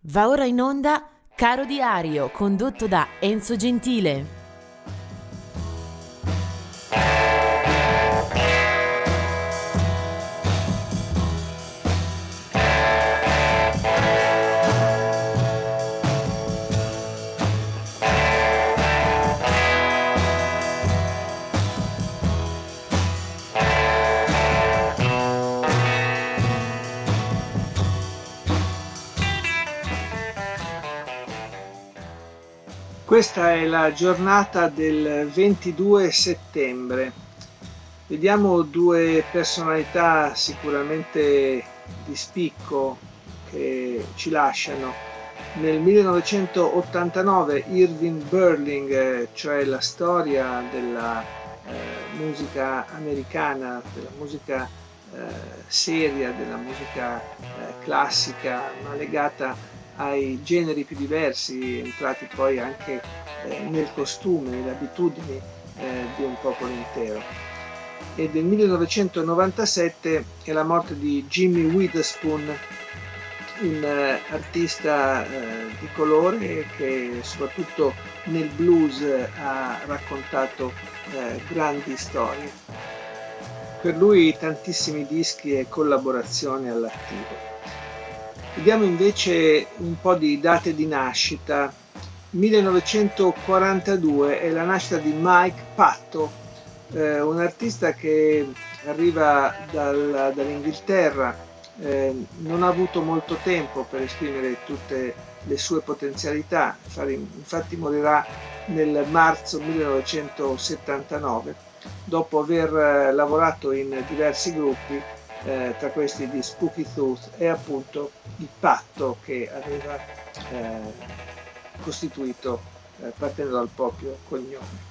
Va ora in onda Caro Diario, condotto da Enzo Gentile. Questa è la giornata del 22 settembre. Vediamo due personalità sicuramente di spicco che ci lasciano. Nel 1989 Irving Berlin, cioè la storia della musica americana, della musica seria, della musica classica, ma legata ai generi più diversi, entrati poi anche nel costume, nelle abitudini di un popolo intero. E del 1997 è la morte di Jimmy Witherspoon, un artista di colore che soprattutto nel blues ha raccontato grandi storie. Per lui tantissimi dischi e collaborazioni all'attivo. Vediamo invece un po' di date di nascita. 1942 è la nascita di Mike Patton, un artista che arriva dall'Inghilterra, non ha avuto molto tempo per esprimere tutte le sue potenzialità, infatti morirà nel marzo 1979, dopo aver lavorato in diversi gruppi, tra questi di Spooky Tooth e appunto il patto che aveva costituito partendo dal proprio cognome.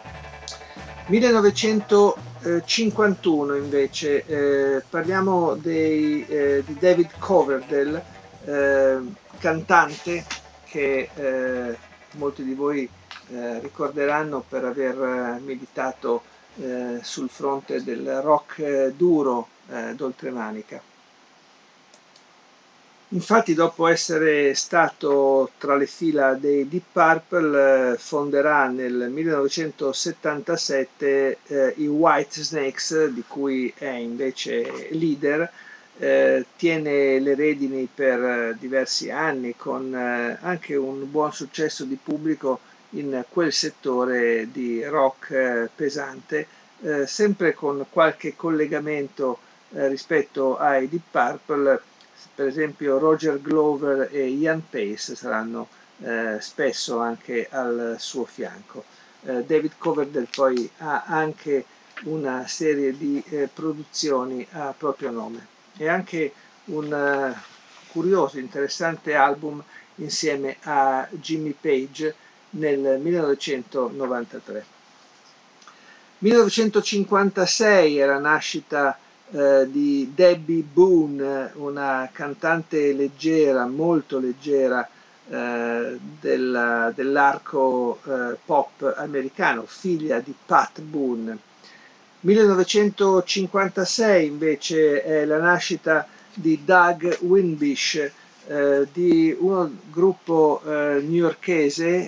1951 invece, parliamo di David Coverdale, cantante che molti di voi ricorderanno per aver militato sul fronte del rock duro d'oltremanica. Infatti, dopo essere stato tra le fila dei Deep Purple, fonderà nel 1977 i White Snakes, di cui è invece leader. Tiene le redini per diversi anni, con anche un buon successo di pubblico in quel settore di rock pesante, sempre con qualche collegamento rispetto ai Deep Purple. Per esempio Roger Glover e Ian Pace saranno spesso anche al suo fianco. David Coverdale poi ha anche una serie di produzioni a proprio nome e anche un curioso, interessante album insieme a Jimmy Page nel 1993. 1956 è la nascita di Debbie Boone, una cantante leggera, molto leggera, dell'arco pop americano, figlia di Pat Boone. 1956 invece è la nascita di Doug Winbish, di un gruppo newyorkese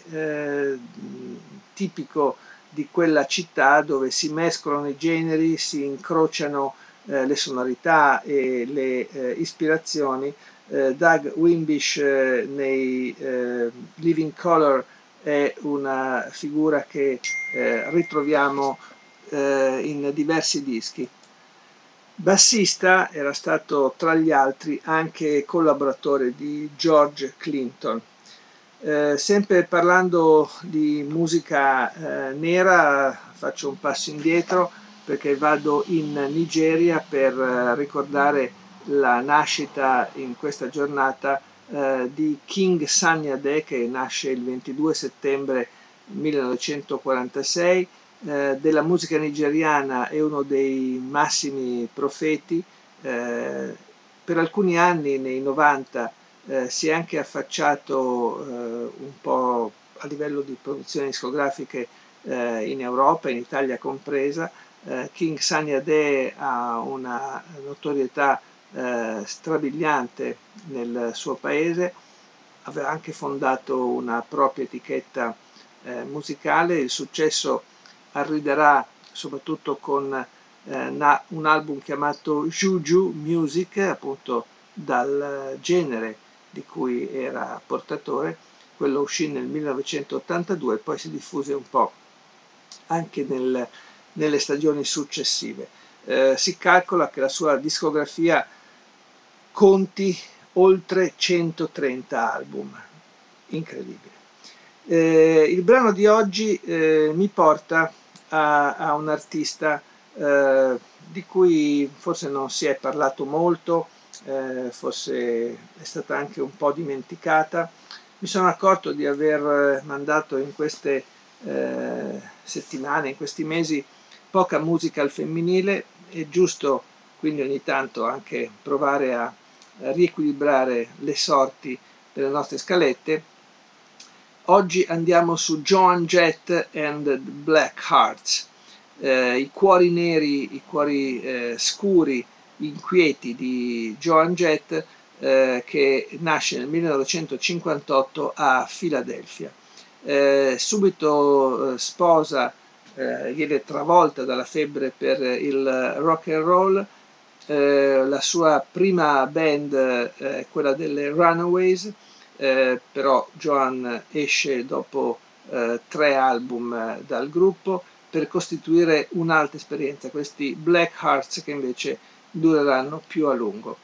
tipico di quella città, dove si mescolano i generi, si incrociano le sonorità e le ispirazioni. Doug Winbish nei Living Colour è una figura che ritroviamo in diversi dischi. Bassista, era stato tra gli altri anche collaboratore di George Clinton. Sempre parlando di musica nera, faccio un passo indietro perché vado in Nigeria per ricordare la nascita in questa giornata di King Sunny Ade, che nasce il 22 settembre 1946. Della musica nigeriana è uno dei massimi profeti. Per alcuni anni, nei 90, si è anche affacciato un po' a livello di produzioni discografiche in Europa, in Italia compresa. King Sunny Ade ha una notorietà strabiliante nel suo paese, aveva anche fondato una propria etichetta musicale. Il successo arriverà soprattutto con un album chiamato Juju Music, appunto dal genere di cui era portatore. Quello uscì nel 1982 e poi si diffuse un po' anche nelle stagioni successive. Si calcola che la sua discografia conti oltre 130 album, incredibile. Il brano di oggi mi porta a un artista di cui forse non si è parlato molto, forse è stata anche un po' dimenticata. Mi sono accorto di aver mandato in queste settimane, in questi mesi, poca musica al femminile. È giusto quindi ogni tanto anche provare a riequilibrare le sorti delle nostre scalette. Oggi andiamo su Joan Jett and the Black Hearts, i cuori neri, i cuori scuri, inquieti di Joan Jett, che nasce nel 1958 a Filadelfia. Subito sposa, viene travolta dalla febbre per il rock and roll. La sua prima band è quella delle Runaways, però Joan esce dopo 3 album dal gruppo per costituire un'altra esperienza, questi Black Hearts, che invece dureranno più a lungo.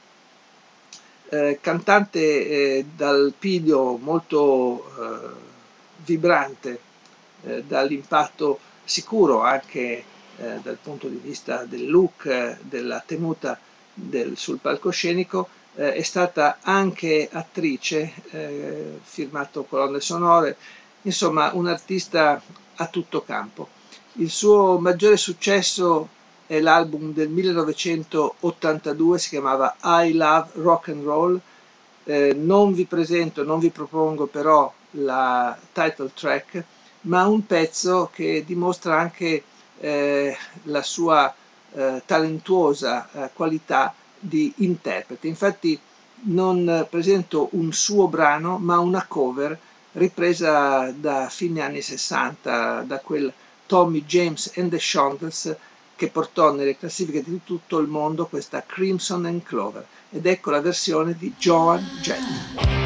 Cantante dal piglio molto vibrante, dall'impatto sicuro anche dal punto di vista del look, della tenuta sul palcoscenico. È stata anche attrice, firmato colonne sonore, insomma un artista a tutto campo. Il suo maggiore successo è l'album del 1982, si chiamava I Love Rock and Roll. Non vi presento, non vi propongo però la title track, ma un pezzo che dimostra anche la sua talentuosa qualità di interprete. Infatti non presento un suo brano, ma una cover ripresa da fine anni 60, da quel Tommy James and the Shondells, che portò nelle classifiche di tutto il mondo questa Crimson and Clover. Ed ecco la versione di Joan Jett.